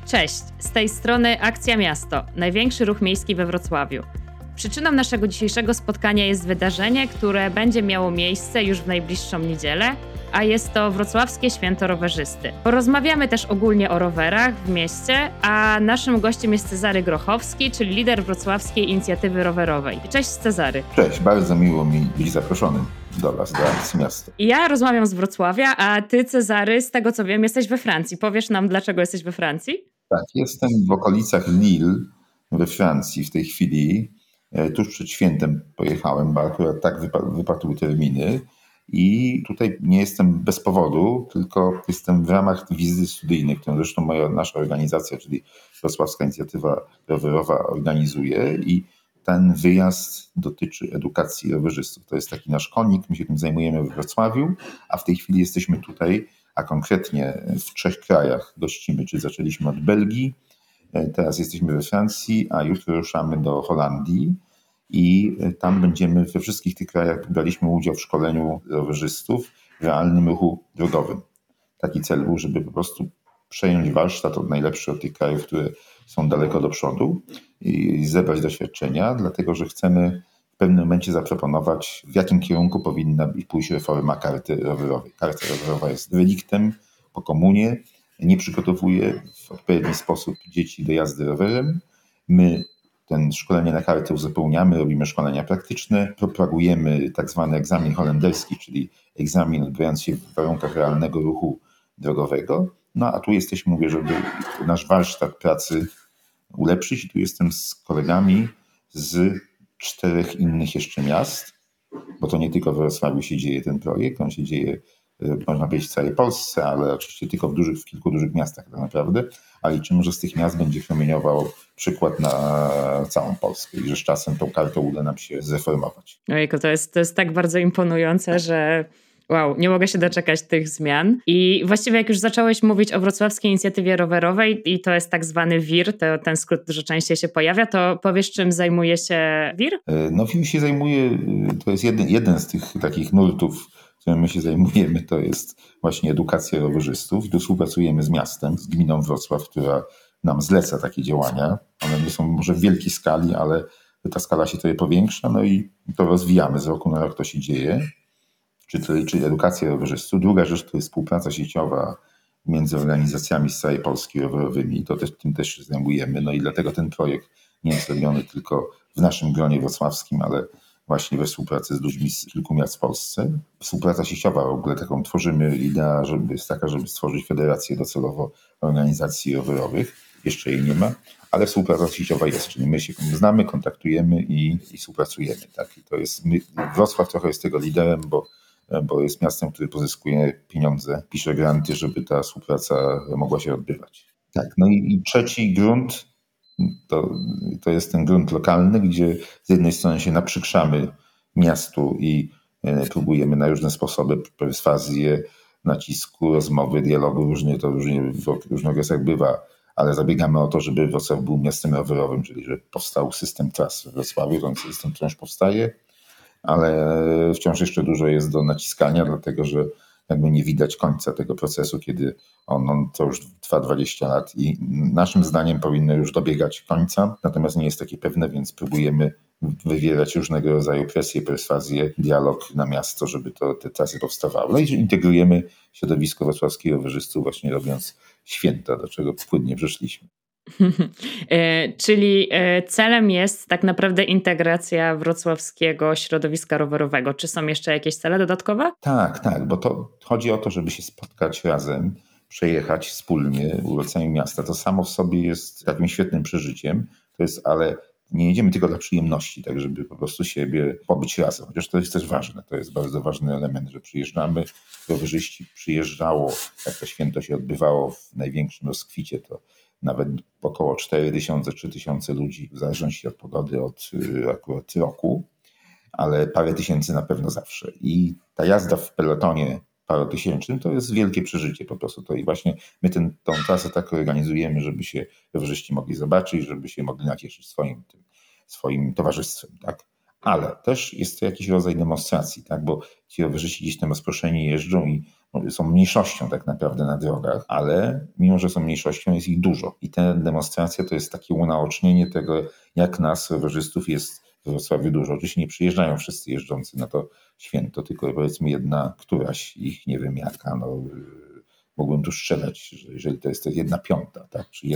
Cześć, z tej strony Akcja Miasto, największy ruch miejski we Wrocławiu. Przyczyną naszego dzisiejszego spotkania jest wydarzenie, które będzie miało miejsce już w najbliższą niedzielę, a jest to Wrocławskie Święto Rowerzysty. Porozmawiamy też ogólnie o rowerach w mieście, a naszym gościem jest Cezary Grochowski, czyli lider Wrocławskiej Inicjatywy Rowerowej. Cześć Cezary. Cześć, bardzo miło mi być zaproszonym do Was, do Akcji Miasto. Ja rozmawiam z Wrocławia, a ty, Cezary, z tego co wiem, jesteś we Francji. Powiesz nam, dlaczego jesteś we Francji? Tak, jestem w okolicach Lille we Francji w tej chwili. Tuż przed świętem pojechałem, bo akurat tak wypadły terminy. I tutaj nie jestem bez powodu, tylko jestem w ramach wizyty studyjnej, którą zresztą nasza organizacja, czyli Wrocławska Inicjatywa Rowerowa organizuje i ten wyjazd dotyczy edukacji rowerzystów. To jest taki nasz konik, my się tym zajmujemy we Wrocławiu, a w tej chwili jesteśmy tutaj, a konkretnie w 3 krajach gościmy, czyli zaczęliśmy od Belgii, teraz jesteśmy we Francji, a jutro ruszamy do Holandii. I tam będziemy we wszystkich tych krajach braliśmy udział w szkoleniu rowerzystów w realnym ruchu drogowym. Taki cel był, żeby po prostu przejąć warsztat od najlepszych od tych krajów, które są daleko do przodu i zebrać doświadczenia, dlatego że chcemy w pewnym momencie zaproponować, w jakim kierunku powinna pójść reforma karty rowerowej. Karta rowerowa jest reliktem po komunie, nie przygotowuje w odpowiedni sposób dzieci do jazdy rowerem. My ten szkolenie na kartę uzupełniamy, robimy szkolenia praktyczne, propagujemy tak zwany egzamin holenderski, czyli egzamin odbywający się w warunkach realnego ruchu drogowego. No a tu jesteśmy, mówię, żeby nasz warsztat pracy ulepszyć. Tu jestem z kolegami z 4 innych jeszcze miast, bo to nie tylko w Wrocławiu się dzieje ten projekt, on się dzieje, można powiedzieć, w całej Polsce, ale oczywiście tylko w kilku dużych miastach tak naprawdę, a liczymy, że z tych miast będzie promieniował przykład na całą Polskę i że z czasem tą kartą uda nam się zreformować. Ojejku, to jest tak bardzo imponujące, że wow, nie mogę się doczekać tych zmian. I właściwie jak już zacząłeś mówić o Wrocławskiej Inicjatywie Rowerowej i to jest tak zwany WIR, ten skrót dużo częściej się pojawia, to powiesz, czym zajmuje się WIR? No WIR się zajmuje, to jest jeden z tych takich nurtów, którym my się zajmujemy, to jest właśnie edukacja rowerzystów. Tu współpracujemy z miastem, z gminą Wrocław, która nam zleca takie działania. One nie są może w wielkiej skali, ale ta skala się trochę powiększa, no i to rozwijamy. Z roku na rok to się dzieje, czyli edukacja rowerzystów. Druga rzecz to jest współpraca sieciowa między organizacjami z całej Polski rowerowymi. Tym też się zajmujemy. No i dlatego ten projekt nie jest robiony tylko w naszym gronie wrocławskim, ale właśnie we współpracy z ludźmi z kilku miast w Polsce. Współpraca sieciowa w ogóle taką tworzymy. Idea jest taka, żeby stworzyć federację docelowo organizacji rowerowych. Jeszcze jej nie ma, ale współpraca sieciowa jest, czyli my się znamy, kontaktujemy i współpracujemy. Tak? I to jest, Wrocław trochę jest tego liderem, bo jest miastem, które pozyskuje pieniądze, pisze granty, żeby ta współpraca mogła się odbywać. Tak, no i trzeci grunt to jest ten grunt lokalny, gdzie z jednej strony się naprzykrzamy miastu i próbujemy na różne sposoby, perswazję, nacisku, rozmowy, dialogu, różnie w różnych okresach bywa, ale zabiegamy o to, żeby Wrocław był miastem rowerowym, czyli że powstał system tras w Wrocławiu, ten system wciąż powstaje, ale wciąż jeszcze dużo jest do naciskania, dlatego że jakby nie widać końca tego procesu, kiedy on to już trwa 20 lat i naszym zdaniem powinno już dobiegać końca, natomiast nie jest takie pewne, więc próbujemy wywierać różnego rodzaju presję, perswazję, dialog na miasto, żeby te trasy powstawały. No i integrujemy środowisko wrocławskich rowerzystów właśnie robiąc święta, do czego płynnie przeszliśmy. Czyli celem jest tak naprawdę integracja wrocławskiego środowiska rowerowego. Czy są jeszcze jakieś cele dodatkowe? Tak, bo to chodzi o to, żeby się spotkać razem, przejechać wspólnie ulicami miasta. To samo w sobie jest takim świetnym przeżyciem, ale nie jedziemy tylko dla przyjemności, tak żeby po prostu siebie pobyć razem. Chociaż to jest też ważne, to jest bardzo ważny element, że przyjeżdżamy, rowerzyści przyjeżdżało, jak to święto się odbywało w największym rozkwicie, to nawet około 4000-3000 ludzi, w zależności od pogody, od akurat roku, ale parę tysięcy na pewno zawsze. I ta jazda w peletonie parotysięcznym to jest wielkie przeżycie po prostu. To i właśnie my tą trasę tak organizujemy, żeby się rowerzyści mogli zobaczyć, żeby się mogli nacieszyć swoim towarzystwem, tak? Ale też jest to jakiś rodzaj demonstracji, tak? Bo ci rowerzyści gdzieś tam rozproszeni jeżdżą i są mniejszością tak naprawdę na drogach, ale mimo, że są mniejszością, jest ich dużo. I ta demonstracja to jest takie unaocznienie tego, jak nas, rowerzystów, jest w Wrocławiu dużo. Oczywiście nie przyjeżdżają wszyscy jeżdżący na to święto, tylko powiedzmy jedna, któraś ich, nie wiem jaka, mógłbym tu strzelać, że jeżeli to jest 1/5, tak, czy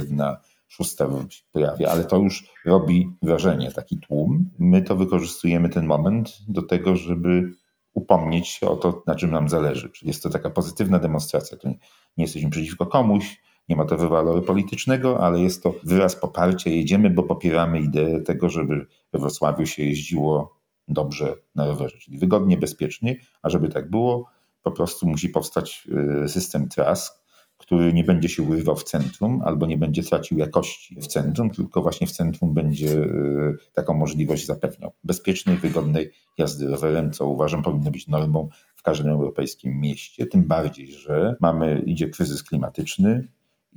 1/6 się pojawia, ale to już robi wrażenie, taki tłum. My to wykorzystujemy ten moment do tego, żeby upomnieć się o to, na czym nam zależy. Czyli jest to taka pozytywna demonstracja. To nie jesteśmy przeciwko komuś, nie ma to waloru politycznego, ale jest to wyraz poparcia. Jedziemy, bo popieramy ideę tego, żeby we Wrocławiu się jeździło dobrze na rowerze, czyli wygodnie, bezpiecznie, a żeby tak było, po prostu musi powstać system tras, który nie będzie się urywał w centrum albo nie będzie tracił jakości w centrum, tylko właśnie w centrum będzie taką możliwość zapewniał bezpiecznej, wygodnej jazdy rowerem, co uważam powinno być normą w każdym europejskim mieście, tym bardziej, że idzie kryzys klimatyczny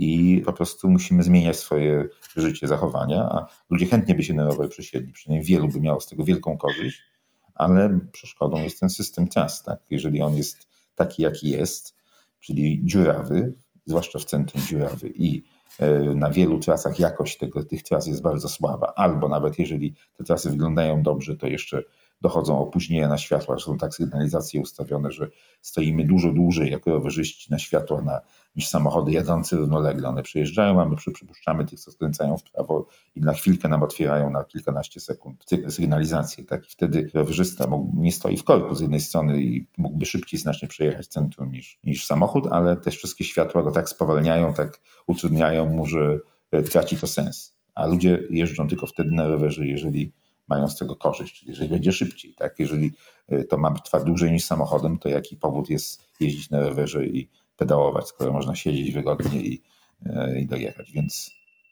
i po prostu musimy zmieniać swoje życie, zachowania, a ludzie chętnie by się na rower przesiedli, przynajmniej wielu by miało z tego wielką korzyść, ale przeszkodą jest ten system tras, tak? Jeżeli on jest taki, jaki jest, czyli dziurawy, zwłaszcza w centrum dziurawy i na wielu trasach jakość tych tras jest bardzo słaba, albo nawet jeżeli te trasy wyglądają dobrze, to jeszcze dochodzą opóźnienia na światła, że są tak sygnalizacje ustawione, że stoimy dużo dłużej jako rowerzyści na światła niż samochody jadące równolegle. One przyjeżdżają, a my przypuszczamy tych, co skręcają w prawo i na chwilkę nam otwierają na kilkanaście sekund sygnalizację. Tak? I wtedy rowerzysta nie stoi w korku z jednej strony i mógłby szybciej znacznie przejechać centrum niż samochód, ale też wszystkie światła go tak spowalniają, tak utrudniają mu, że traci to sens. A ludzie jeżdżą tylko wtedy na rowerze, jeżeli mają z tego korzyść, czyli jeżeli będzie szybciej. Tak? Jeżeli to ma trwać dłużej niż samochodem, to jaki powód jest jeździć na rowerze i pedałować, skoro można siedzieć wygodnie i dojechać. Więc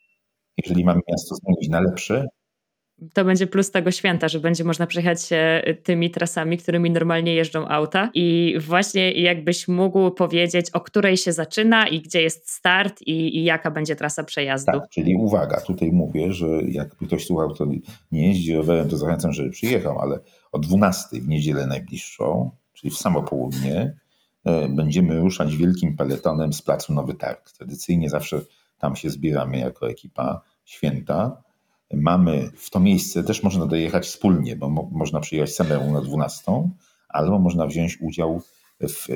jeżeli mamy miasto zmienić na lepsze, to będzie plus tego święta, że będzie można przejechać się tymi trasami, którymi normalnie jeżdżą auta. I właśnie jakbyś mógł powiedzieć, o której się zaczyna i gdzie jest start i jaka będzie trasa przejazdu. Tak, czyli uwaga, tutaj mówię, że jakby ktoś słuchał, to nie jeździ rowerem, to zachęcam, żeby przyjechał, ale o 12 w niedzielę najbliższą, czyli w samo południe, będziemy ruszać wielkim peletonem z placu Nowy Targ. Tradycyjnie zawsze tam się zbieramy jako ekipa święta. Mamy w to miejsce, też można dojechać wspólnie, bo można przyjechać samemu na 12, albo można wziąć udział w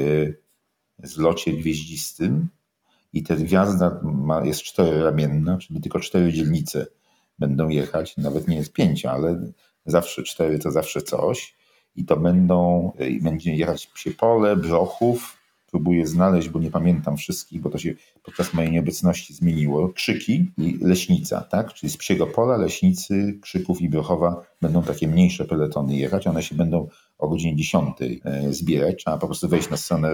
zlocie gwieździstym i ta gwiazda jest 4-ramienna, czyli tylko 4 dzielnice będą jechać, nawet nie jest 5, ale zawsze 4 to zawsze coś i to będzie jechać Psiepole, Brochów, próbuję znaleźć, bo nie pamiętam wszystkich, bo to się podczas mojej nieobecności zmieniło. Krzyki i Leśnica, tak? Czyli z Psiego Pola, Leśnicy, Krzyków i Brochowa będą takie mniejsze peletony jechać. One się będą o godzinie 10 zbierać. Trzeba po prostu wejść na stronę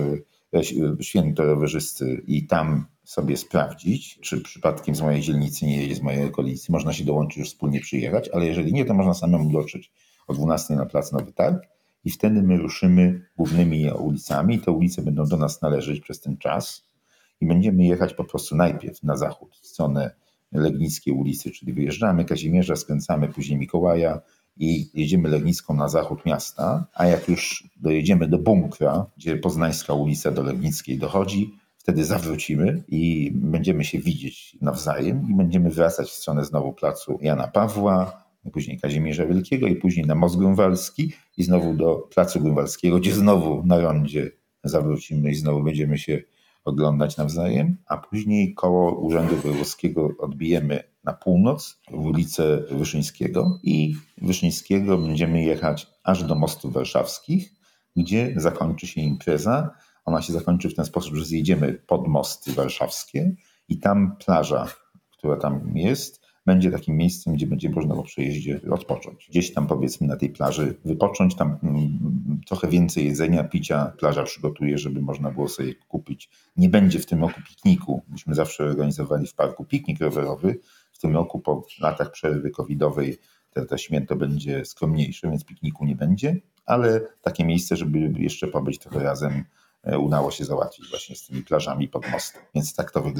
święto rowerzysty i tam sobie sprawdzić, czy przypadkiem z mojej dzielnicy nie jedzie z mojej okolicy. Można się dołączyć, już wspólnie przyjechać, ale jeżeli nie, to można samemu dotrzeć o 12 na plac Nowy Targ. I wtedy my ruszymy głównymi ulicami. Te ulice będą do nas należeć przez ten czas i będziemy jechać po prostu najpierw na zachód, w stronę Legnickiej ulicy, czyli wyjeżdżamy Kazimierza, skręcamy później Mikołaja i jedziemy Legnicką na zachód miasta, a jak już dojedziemy do Bunkra, gdzie Poznańska ulica do Legnickiej dochodzi, wtedy zawrócimy i będziemy się widzieć nawzajem i będziemy wracać w stronę znowu placu Jana Pawła, później Kazimierza Wielkiego i później na Most Grunwaldzki i znowu do Placu Grunwaldzkiego, gdzie znowu na rondzie zawrócimy i znowu będziemy się oglądać nawzajem, a później koło Urzędu Wojewódzkiego odbijemy na północ w ulicę Wyszyńskiego i Wyszyńskiego będziemy jechać aż do Mostów Warszawskich, gdzie zakończy się impreza. Ona się zakończy w ten sposób, że zjedziemy pod Mosty Warszawskie i tam plaża, która tam jest, będzie takim miejscem, gdzie będzie można po przejeździe odpocząć. Gdzieś tam powiedzmy na tej plaży wypocząć, tam trochę więcej jedzenia, picia plaża przygotuje, żeby można było sobie kupić. Nie będzie w tym roku pikniku. Myśmy zawsze organizowali w parku piknik rowerowy. W tym roku po latach przerwy covidowej to święto będzie skromniejsze, więc pikniku nie będzie, ale takie miejsce, żeby jeszcze pobyć trochę razem, udało się załatwić właśnie z tymi plażami pod mostem. Więc tak to wygląda.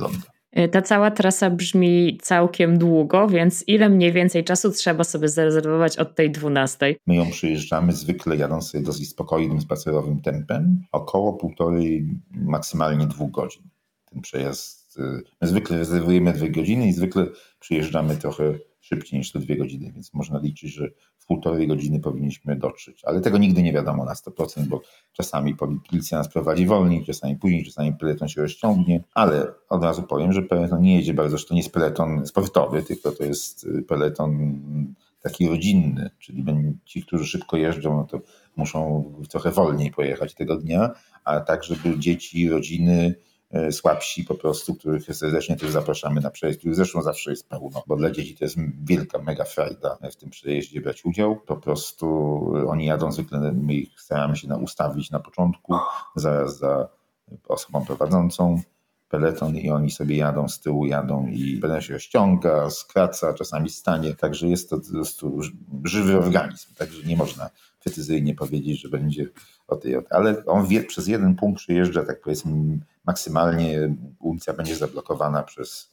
Ta cała trasa brzmi całkiem długo, więc ile mniej więcej czasu trzeba sobie zarezerwować od tej 12? My ją przejeżdżamy zwykle jadąc sobie dosyć spokojnym, spacerowym tempem, około 1,5, maksymalnie 2 godzin. Ten przejazd, my zwykle rezerwujemy 2 godziny i zwykle przyjeżdżamy trochę szybciej niż te 2 godziny, więc można liczyć, że w 1,5 godziny powinniśmy dotrzeć. Ale tego nigdy nie wiadomo na 100%, bo czasami policja nas prowadzi wolniej, czasami później, czasami peleton się rozciągnie, ale od razu powiem, że peleton nie jedzie bardzo, że to nie jest peleton sportowy, tylko to jest peleton taki rodzinny, czyli ci, którzy szybko jeżdżą, no to muszą trochę wolniej pojechać tego dnia, a tak, żeby dzieci, rodziny słabsi po prostu, których serdecznie też zapraszamy na przejazd, który zresztą zawsze jest pełno, bo dla dzieci to jest wielka, mega frajda w tym przejeździe brać udział. Po prostu oni jadą zwykle, my ich staramy się ustawić na początku, zaraz za osobą prowadzącą peleton i oni sobie jadą, z tyłu jadą i peleton się rozciąga, skraca, czasami stanie, także jest to po prostu żywy organizm, także nie można precyzyjnie powiedzieć, że będzie o tej, ale on przez jeden punkt przyjeżdża, tak powiedzmy maksymalnie ulica będzie zablokowana przez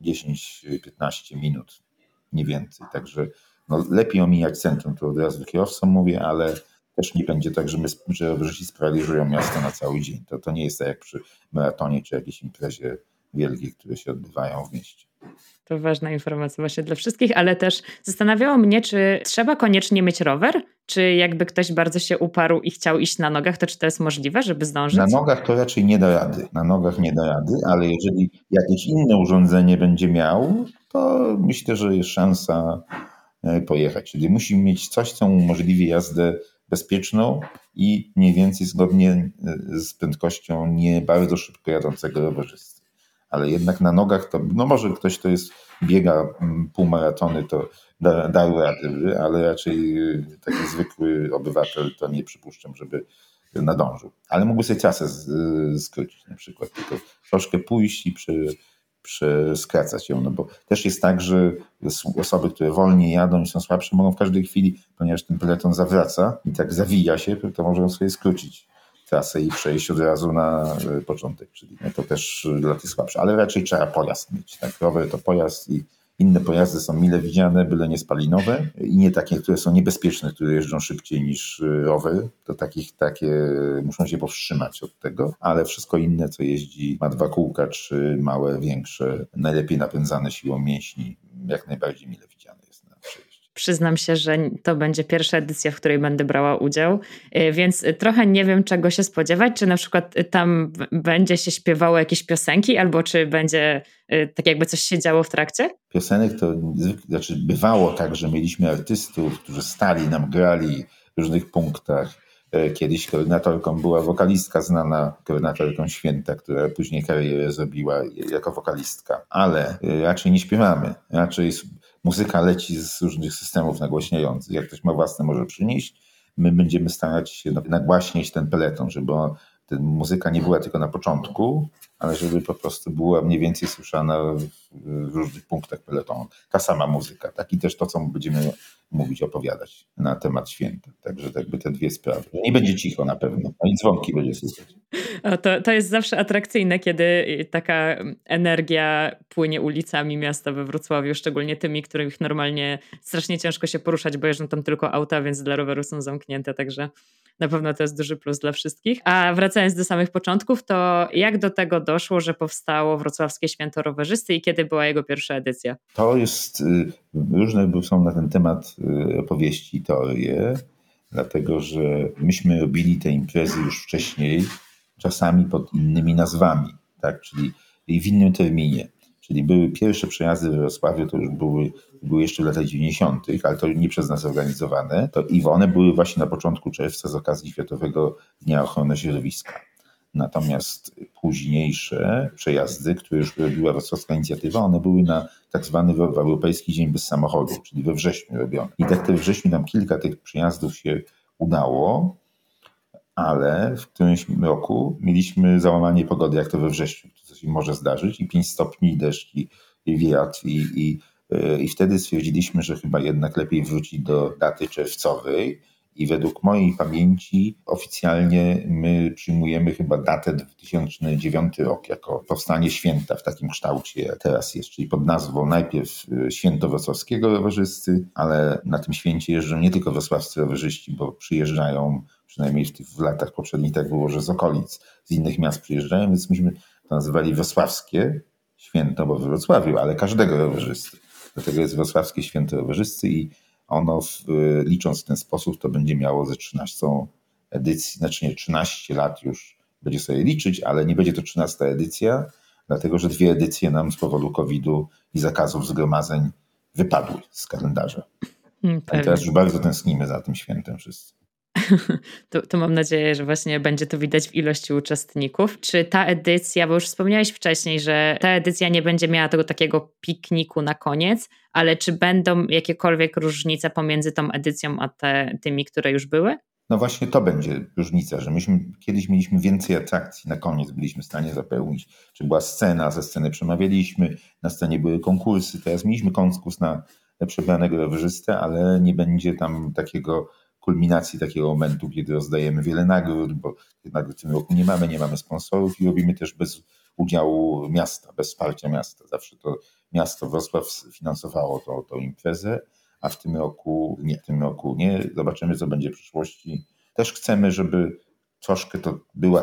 10-15 minut, nie więcej, także no, lepiej omijać centrum, to od razu kierowcom mówię, ale też nie będzie tak, że rowerzyści sparaliżują miasto na cały dzień. To nie jest tak jak przy maratonie czy jakiejś imprezie wielkiej, które się odbywają w mieście. To ważna informacja właśnie dla wszystkich, ale też zastanawiało mnie, czy trzeba koniecznie mieć rower? Czy jakby ktoś bardzo się uparł i chciał iść na nogach, to czy to jest możliwe, żeby zdążyć? Na nogach to raczej nie da rady. Na nogach nie da rady, ale jeżeli jakieś inne urządzenie będzie miał, to myślę, że jest szansa pojechać. Czyli musi mieć coś, co mu umożliwi jazdę bezpieczną i mniej więcej zgodnie z prędkością nie bardzo szybko jadącego rowerzysty. Ale jednak na nogach to, no może ktoś, kto biega półmaratony, to da radę, ale raczej taki zwykły obywatel to nie przypuszczam, żeby nadążył. Ale mógłby sobie trasę skrócić na przykład, tylko troszkę pójść i przeskracać ją, no bo też jest tak, że osoby, które wolniej jadą i są słabsze, mogą w każdej chwili, ponieważ ten peleton zawraca i tak zawija się, to mogą sobie skrócić trasę i przejść od razu na początek, czyli no to też dla tych słabszych, ale raczej trzeba pojazd mieć, tak? Rower to pojazd i inne pojazdy są mile widziane, byle nie spalinowe i nie takie, które są niebezpieczne, które jeżdżą szybciej niż rower. To takie muszą się powstrzymać od tego, ale wszystko inne, co jeździ, ma 2 kółka czy małe, większe, najlepiej napędzane siłą mięśni, jak najbardziej mile widziane jest na przejeździe. Przyznam się, że to będzie pierwsza edycja, w której będę brała udział, więc trochę nie wiem, czego się spodziewać. Czy na przykład tam będzie się śpiewało jakieś piosenki, albo czy będzie tak jakby coś się działo w trakcie? Piosenek to bywało tak, że mieliśmy artystów, którzy stali nam, grali w różnych punktach. Kiedyś koordynatorką była wokalistka znana, koordynatorką Święta, która później karierę zrobiła jako wokalistka. Ale raczej nie śpiewamy. Raczej muzyka leci z różnych systemów nagłaśniających. Jak ktoś ma własne, może przynieść. My będziemy starać się nagłaśniać ten peleton, żeby ta muzyka nie była tylko na początku, ale żeby po prostu była mniej więcej słyszana w różnych punktach peletonu. Ta sama muzyka, tak i też to, co będziemy mówić, opowiadać na temat święta. Także jakby te dwie sprawy. Nie będzie cicho na pewno, no i dzwonki będzie słyszeć. To jest zawsze atrakcyjne, kiedy taka energia płynie ulicami miasta we Wrocławiu, szczególnie tymi, których normalnie strasznie ciężko się poruszać, bo jeżdżą tam tylko auta, więc dla roweru są zamknięte, także na pewno to jest duży plus dla wszystkich. A wracając do samych początków, to jak do tego doszło, że powstało Wrocławskie Święto Rowerzysty i kiedy była jego pierwsza edycja? To jest, różne są na ten temat opowieści i teorie, dlatego że myśmy robili te imprezy już wcześniej, czasami pod innymi nazwami, tak? Czyli w innym terminie. Czyli były pierwsze przejazdy w Wrocławiu, to już były jeszcze w latach 90., ale to nie przez nas organizowane. I one były właśnie na początku czerwca z okazji Światowego Dnia Ochrony Środowiska. Natomiast późniejsze przejazdy, które już robiła wrocławska inicjatywa, one były na tak zwany Europejski Dzień Bez Samochodu, czyli we wrześniu robione. I tak we wrześniu nam kilka tych przejazdów się udało, ale w którymś roku mieliśmy załamanie pogody, jak to we wrześniu, to się może zdarzyć, i 5 stopni, deszcz, i wiatr, i wtedy stwierdziliśmy, że chyba jednak lepiej wrócić do daty czerwcowej I według mojej pamięci oficjalnie my przyjmujemy chyba datę 2009 rok jako powstanie święta w takim kształcie, jak teraz jest, czyli pod nazwą najpierw Święto Wrocławskiego Rowerzysty, ale na tym święcie jeżdżą nie tylko wrocławscy rowerzyści, bo przyjeżdżają, przynajmniej w latach poprzednich tak było, że z okolic, z innych miast przyjeżdżają, więc myśmy to nazywali wrocławskie święto, bo w Wrocławiu, ale każdego rowerzysty. Dlatego jest wrocławskie święto rowerzysty i ono, licząc w ten sposób, to będzie miało ze 13 edycji, znaczy nie 13 lat już będzie sobie liczyć, ale nie będzie to 13 edycja, dlatego że 2 edycje nam z powodu COVID-u i zakazów zgromadzeń wypadły z kalendarza. I teraz już bardzo tęsknimy za tym świętem wszyscy. To mam nadzieję, że właśnie będzie to widać w ilości uczestników. Czy ta edycja, bo już wspomniałeś wcześniej, że ta edycja nie będzie miała tego takiego pikniku na koniec, ale czy będą jakiekolwiek różnice pomiędzy tą edycją a tymi, które już były? No właśnie to będzie różnica, że myśmy kiedyś mieliśmy więcej atrakcji na koniec, byliśmy w stanie zapełnić. Czy była scena, ze sceny przemawialiśmy, na scenie były konkursy, teraz mieliśmy konkurs na przebranego rowerzystę, ale nie będzie tam kulminacji takiego momentu, kiedy rozdajemy wiele nagród, bo nagród w tym roku nie mamy sponsorów i robimy też bez udziału miasta, bez wsparcia miasta. Zawsze to miasto Wrocław finansowało tą imprezę, a w tym roku nie. Zobaczymy, co będzie w przyszłości. Też chcemy, żeby troszkę to była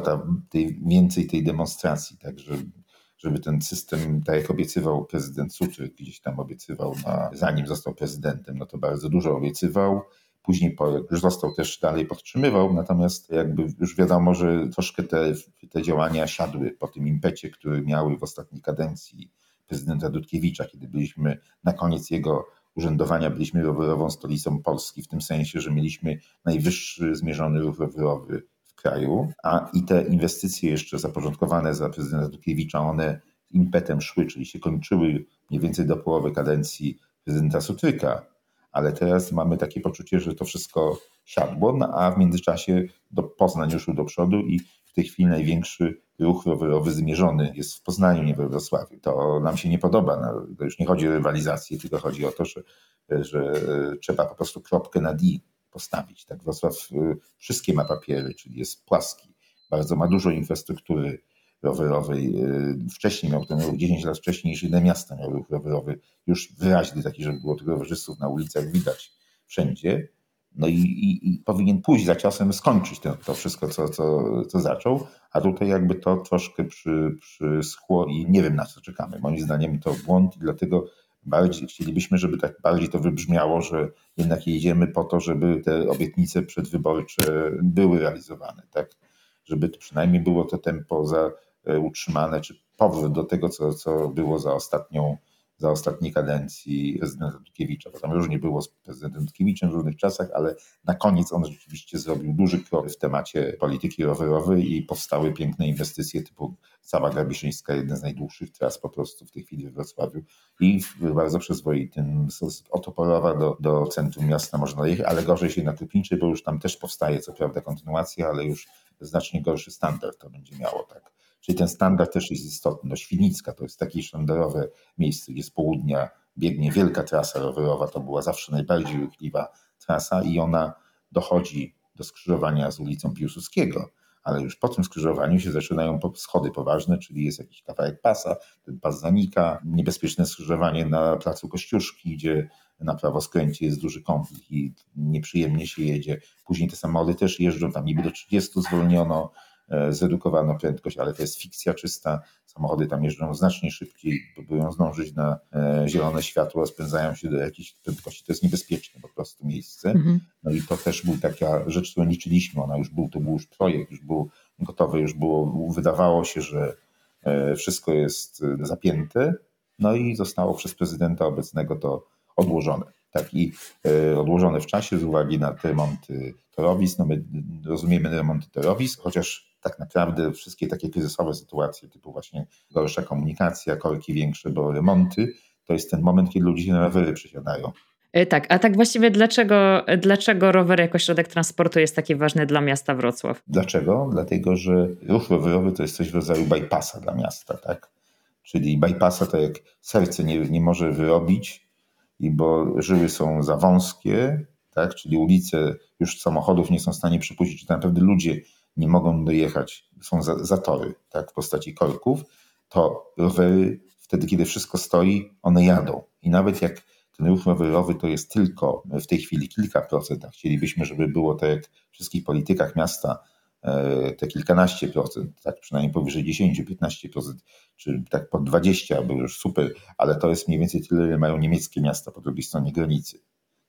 więcej tej demonstracji, tak, żeby ten system, tak jak obiecywał prezydent Suchyk, gdzieś tam obiecywał, zanim został prezydentem, no to bardzo dużo obiecywał. Później już został też dalej podtrzymywał, natomiast jakby już wiadomo, że troszkę te działania siadły po tym impecie, który miały w ostatniej kadencji prezydenta Dudkiewicza, kiedy byliśmy na koniec jego urzędowania, byliśmy rowerową stolicą Polski, w tym sensie, że mieliśmy najwyższy zmierzony ruch rowerowy w kraju, i te inwestycje jeszcze zaporządkowane za prezydenta Dudkiewicza, one impetem szły, czyli się kończyły mniej więcej do połowy kadencji prezydenta Sutryka. Ale teraz mamy takie poczucie, że to wszystko siadło, a w międzyczasie Poznań ruszył do przodu i w tej chwili największy ruch rowerowy zmierzony jest w Poznaniu, nie we Wrocławiu. To nam się nie podoba. To już nie chodzi o rywalizację, tylko chodzi o to, że trzeba po prostu kropkę nad i postawić. Tak, Wrocław wszystkie ma papiery, czyli jest płaski, bardzo ma dużo infrastruktury rowerowej. Wcześniej miał ten ruch, 10 lat wcześniej niż inne miasta miał ruch rowerowy już wyraźny taki, żeby było tych rowerzystów na ulicach widać wszędzie. No i powinien pójść za czasem skończyć to wszystko, co zaczął, a tutaj jakby to troszkę przyschło i nie wiem, na co czekamy. Moim zdaniem to błąd i dlatego bardziej chcielibyśmy, żeby tak bardziej to wybrzmiało, że jednak jedziemy po to, żeby te obietnice przedwyborcze były realizowane, tak? Żeby przynajmniej było to tempo utrzymane, czy powrót do tego, co było za ostatniej kadencji prezydenta Dudkiewicza. Bo tam różnie było z prezydentem Dudkiewiczem w różnych czasach, ale na koniec on rzeczywiście zrobił duży krok w temacie polityki rowerowej i powstały piękne inwestycje typu Cała Grabiszyńska, jeden z najdłuższych tras po prostu w tej chwili w Wrocławiu i w bardzo przyzwoitym od Oporowa do centrum miasta można jechać, ale gorzej się na Krupniczej, bo już tam też powstaje co prawda kontynuacja, ale już znacznie gorszy standard to będzie miało, tak. Czyli ten standard też jest istotny. Świdnicka to jest takie sztandarowe miejsce, gdzie z południa biegnie wielka trasa rowerowa. To była zawsze najbardziej ruchliwa trasa i ona dochodzi do skrzyżowania z ulicą Piłsudskiego, ale już po tym skrzyżowaniu się zaczynają schody poważne, czyli jest jakiś kawałek pasa, ten pas zanika, niebezpieczne skrzyżowanie na placu Kościuszki, gdzie na prawoskręcie jest duży konflikt i nieprzyjemnie się jedzie. Później te samochody też jeżdżą, tam niby do 30 zwolniono, zredukowano prędkość, ale to jest fikcja czysta. Samochody tam jeżdżą znacznie szybciej, próbują zdążyć na zielone światło, spędzają się do jakiejś prędkości. To jest niebezpieczne po prostu miejsce. No i to też był taka rzecz, którą liczyliśmy. To był już projekt, już był gotowy, wydawało się, że wszystko jest zapięte. No i zostało przez prezydenta obecnego to odłożone. Tak, i odłożone w czasie z uwagi na te remonty torowisk. No my rozumiemy remonty torowisk, chociaż tak naprawdę wszystkie takie kryzysowe sytuacje typu właśnie gorsza komunikacja, korki większe, bo remonty to jest ten moment, kiedy ludzie się na rowery przesiadają. Tak, a tak właściwie dlaczego rower jako środek transportu jest taki ważny dla miasta Wrocław? Dlaczego? Dlatego, że ruch rowerowy to jest coś w rodzaju bypassa dla miasta, tak? Czyli bypassa to jak serce nie może wyrobić, bo żyły są za wąskie, tak? Czyli ulice już samochodów nie są w stanie przepuścić, czy naprawdę ludzie nie mogą dojechać, są zatory, tak? W postaci korków, to rowery wtedy, kiedy wszystko stoi, one jadą. I nawet jak ten ruch rowerowy to jest tylko w tej chwili kilka procent, a chcielibyśmy, żeby było tak jak w wszystkich politykach miasta, te kilkanaście procent, tak przynajmniej powyżej 10-15%, czy tak po 20%, było już super, ale to jest mniej więcej tyle, ile mają niemieckie miasta po drugiej stronie granicy.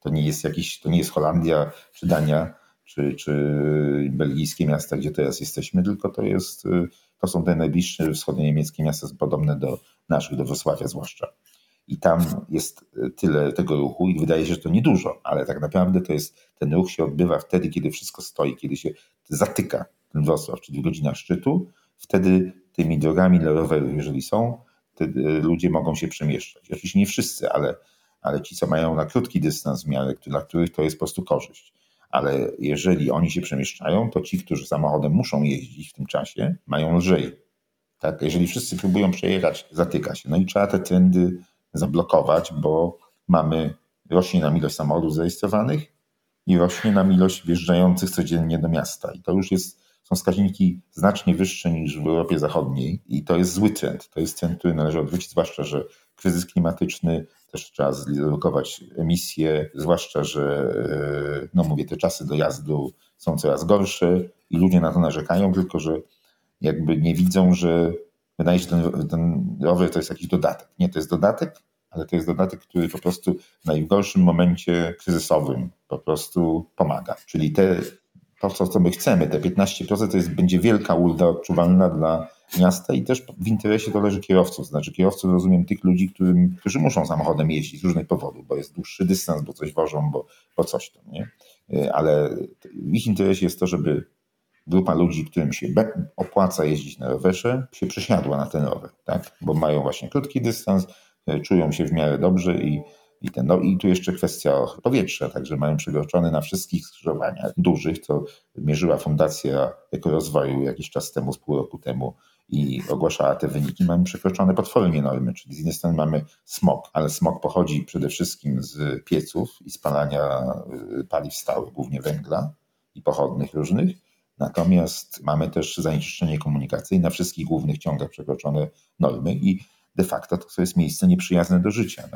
To nie jest Holandia, czy Dania, czy belgijskie miasta, gdzie teraz jesteśmy, tylko to są te najbliższe wschodnio-niemieckie miasta podobne do naszych, do Wrocławia zwłaszcza. I tam jest tyle tego ruchu i wydaje się, że to niedużo, ale tak naprawdę ten ruch się odbywa wtedy, kiedy wszystko stoi, kiedy się zatyka ten Wrocław, czyli w godzinach szczytu. Wtedy tymi drogami dla rowerów, jeżeli są, ludzie mogą się przemieszczać. Oczywiście nie wszyscy, ale ci, co mają na krótki dystans w miarę, dla których to jest po prostu korzyść. Ale jeżeli oni się przemieszczają, to ci, którzy samochodem muszą jeździć w tym czasie, mają lżej. Tak? Jeżeli wszyscy próbują przejechać, zatyka się. No i trzeba te trendy zablokować, bo rośnie nam ilość samochodów zarejestrowanych i rośnie nam ilość wjeżdżających codziennie do miasta. I to już są wskaźniki znacznie wyższe niż w Europie Zachodniej i to jest zły trend. To jest trend, który należy odwrócić, zwłaszcza, że kryzys klimatyczny, też trzeba zredukować emisje, zwłaszcza, że te czasy dojazdu są coraz gorsze i ludzie na to narzekają, tylko że jakby nie widzą, że wydaje się, że ten rower to jest jakiś dodatek. Nie, to jest dodatek, ale to jest dodatek, który po prostu w najgorszym momencie kryzysowym po prostu pomaga. Czyli to, co my chcemy, te 15% będzie wielka ulga odczuwalna dla miasta i też w interesie to leży kierowców. Znaczy kierowców rozumiem tych ludzi, którzy muszą samochodem jeździć z różnych powodów, bo jest dłuższy dystans, bo coś wożą, bo coś tam, nie? Ale w ich interesie jest to, żeby grupa ludzi, którym się opłaca jeździć na rowerze, się przesiadła na ten rower, tak? Bo mają właśnie krótki dystans, czują się w miarę dobrze i tu jeszcze kwestia powietrza, także mają przekroczony na wszystkich skrzyżowaniach dużych, co mierzyła Fundacja Ekorozwoju jakiś czas temu, z pół roku temu i ogłaszała te wyniki. Mamy przekroczone potwornie normy, czyli z jednej strony mamy smog, ale smog pochodzi przede wszystkim z pieców i spalania paliw stałych, głównie węgla i pochodnych różnych. Natomiast mamy też zanieczyszczenie komunikacyjne, na wszystkich głównych ciągach przekroczone normy i de facto to jest miejsce nieprzyjazne do życia,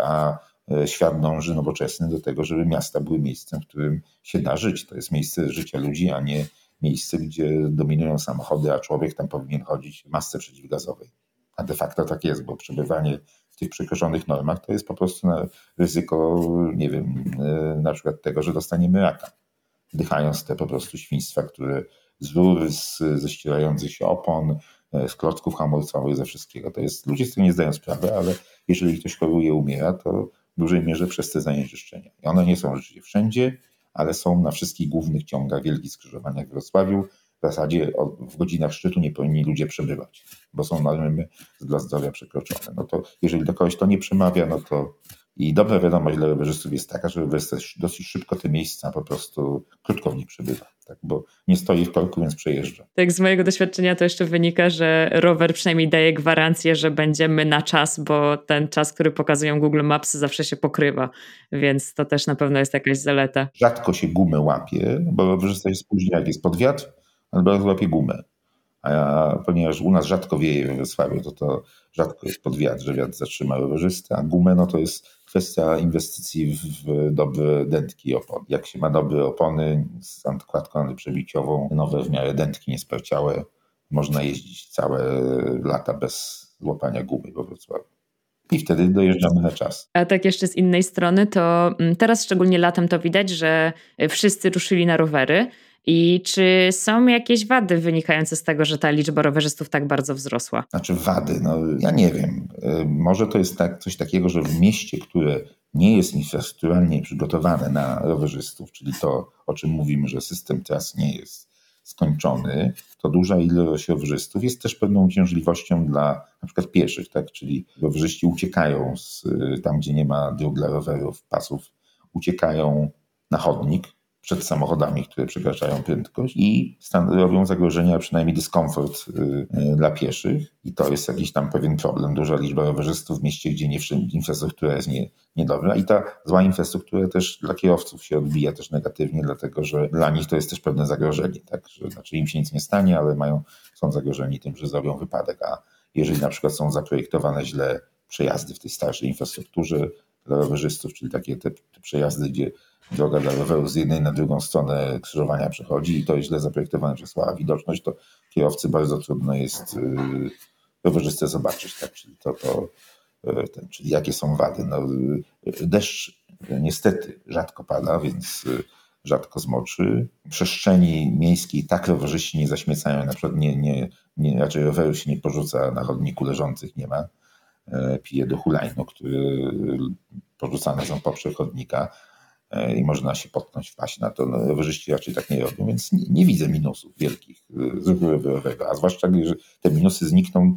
a świat dąży nowoczesny do tego, żeby miasta były miejscem, w którym się da żyć. To jest miejsce życia ludzi, a nie miejsce, gdzie dominują samochody, a człowiek tam powinien chodzić w masce przeciwgazowej. A de facto tak jest, bo przebywanie w tych przekroczonych normach to jest po prostu ryzyko, nie wiem, na przykład tego, że dostaniemy raka. Wdychając te po prostu świństwa, które z rur, ze ścierających się opon, z klocków hamulcowych, ze wszystkiego. Ludzie z tym nie zdają sprawy, ale jeżeli ktoś choruje, umiera, to w dużej mierze przez te zanieczyszczenia. I one nie są rzeczywiście wszędzie, ale są na wszystkich głównych ciągach, wielkich skrzyżowaniach w Wrocławiu. W zasadzie w godzinach szczytu nie powinni ludzie przebywać, bo są normy dla zdrowia przekroczone. No to jeżeli do kogoś to nie przemawia, no to i dobra wiadomość dla rowerzystów jest taka, że rowerzysta dosyć szybko te miejsca po prostu krótko w nich przebywa, tak? Bo nie stoi w korku, więc przejeżdża. Tak, z mojego doświadczenia to jeszcze wynika, że rower przynajmniej daje gwarancję, że będziemy na czas, bo ten czas, który pokazują Google Maps, zawsze się pokrywa, więc to też na pewno jest jakaś zaleta. Rzadko się gumę łapie, bo rowerzysta się spóźnia, jak jest pod wiatr, albo łapie gumę. Ponieważ u nas rzadko wieje we Wrocławiu, to rzadko jest pod wiatr, że wiatr zatrzyma rowerzystę, a gumę to jest kwestia inwestycji w dobre dętki opon. Jak się ma dobre opony z antyskładką antyprzebiciową, nowe w miarę dętki niesparciałe, można jeździć całe lata bez łapania gumy we Wrocławiu. I wtedy dojeżdżamy na czas. A tak jeszcze z innej strony, to teraz szczególnie latem to widać, że wszyscy ruszyli na rowery. I czy są jakieś wady wynikające z tego, że ta liczba rowerzystów tak bardzo wzrosła? Znaczy wady, ja nie wiem. Może to jest coś takiego, że w mieście, które nie jest infrastrukturalnie przygotowane na rowerzystów, czyli to, o czym mówimy, że system tras nie jest skończony, to duża ilość rowerzystów jest też pewną uciążliwością dla na przykład pieszych, tak? Czyli rowerzyści uciekają tam, gdzie nie ma dróg dla rowerów, pasów, uciekają na chodnik, przed samochodami, które przekraczają prędkość i robią zagrożenia, a przynajmniej dyskomfort dla pieszych. I to jest jakiś tam pewien problem. Duża liczba rowerzystów w mieście, gdzie nie wszędzie infrastruktura jest niedobra. I ta zła infrastruktura też dla kierowców się odbija też negatywnie, dlatego że dla nich to jest też pewne zagrożenie. Tak? Że, znaczy im się nic nie stanie, ale są zagrożeni tym, że zrobią wypadek. A jeżeli na przykład są zaprojektowane źle przejazdy w tej starszej infrastrukturze dla rowerzystów, czyli takie te przejazdy, gdzie droga dla rowerów z jednej na drugą stronę skrzyżowania przechodzi i to jest źle zaprojektowane, że słaba widoczność, to kierowcy bardzo trudno jest rowerzystę zobaczyć. Tak? Czyli jakie są wady. No, deszcz niestety rzadko pada, więc rzadko zmoczy. Przestrzeni miejskiej tak rowerzyści nie zaśmiecają, na przykład raczej rowerów się nie porzuca na chodniku leżących, nie ma. Pije do hulajnóg, które porzucane są poprzek chodnika i można się potknąć, wpaść na to. No, rowerzyści raczej tak nie robią, więc nie widzę minusów wielkich z ruchu rowerowego, a zwłaszcza, że te minusy znikną,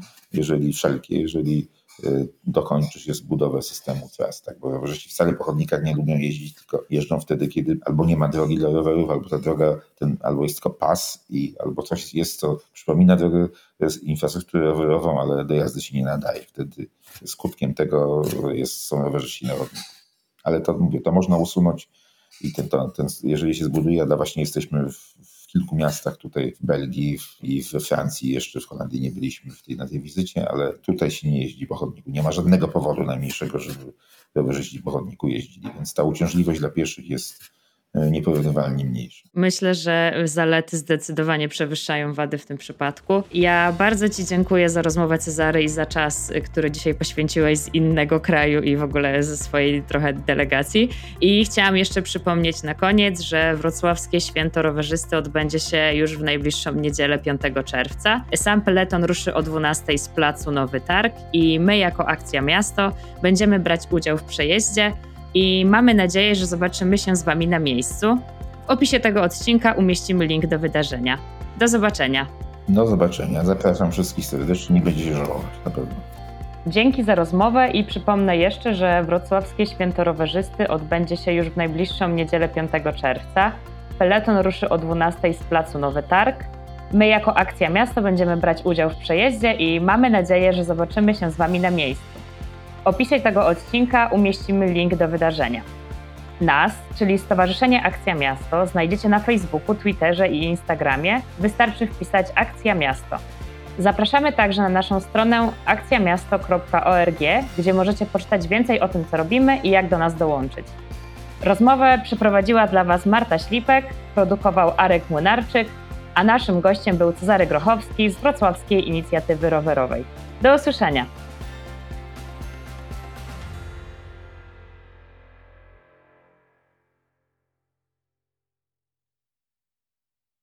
jeżeli dokończy się budowę systemu tras, tak? Bo rowerzyści wcale po chodnikach nie lubią jeździć, tylko jeżdżą wtedy, kiedy albo nie ma drogi dla rowerów, albo ta droga, albo jest tylko pas, albo coś jest, co przypomina drogę, infrastrukturę rowerową, ale do jazdy się nie nadaje. Wtedy skutkiem tego są rowerzyści na chodniku. Ale to mówię, to można usunąć i jeżeli się zbuduje, a właśnie jesteśmy w kilku miastach tutaj w Belgii i we Francji, jeszcze w Holandii nie byliśmy na tej wizycie, ale tutaj się nie jeździ po chodniku. Nie ma żadnego powodu najmniejszego, żeby rowerzyści po chodniku jeździli, więc ta uciążliwość dla pieszych jest nieporównywalnie mniejsza. Myślę, że zalety zdecydowanie przewyższają wady w tym przypadku. Ja bardzo Ci dziękuję za rozmowę, Cezary, i za czas, który dzisiaj poświęciłeś z innego kraju i w ogóle ze swojej trochę delegacji. I chciałam jeszcze przypomnieć na koniec, że wrocławskie Święto Rowerzysty odbędzie się już w najbliższą niedzielę 5 czerwca. Sam peleton ruszy o 12 z placu Nowy Targ i my jako Akcja Miasto będziemy brać udział w przejeździe i mamy nadzieję, że zobaczymy się z Wami na miejscu. W opisie tego odcinka umieścimy link do wydarzenia. Do zobaczenia. Do zobaczenia. Zapraszam wszystkich serdecznie, nie będzie się żałować, na pewno. Dzięki za rozmowę i przypomnę jeszcze, że wrocławskie Święto Rowerzysty odbędzie się już w najbliższą niedzielę 5 czerwca. Peleton ruszy o 12 z placu Nowy Targ. My jako Akcja Miasto będziemy brać udział w przejeździe i mamy nadzieję, że zobaczymy się z Wami na miejscu. W opisie tego odcinka umieścimy link do wydarzenia. Nas, czyli Stowarzyszenie Akcja Miasto, znajdziecie na Facebooku, Twitterze i Instagramie. Wystarczy wpisać Akcja Miasto. Zapraszamy także na naszą stronę akcjamiasto.org, gdzie możecie poczytać więcej o tym, co robimy i jak do nas dołączyć. Rozmowę przeprowadziła dla Was Marta Ślipek, produkował Arek Młynarczyk, a naszym gościem był Cezary Grochowski z Wrocławskiej Inicjatywy Rowerowej. Do usłyszenia!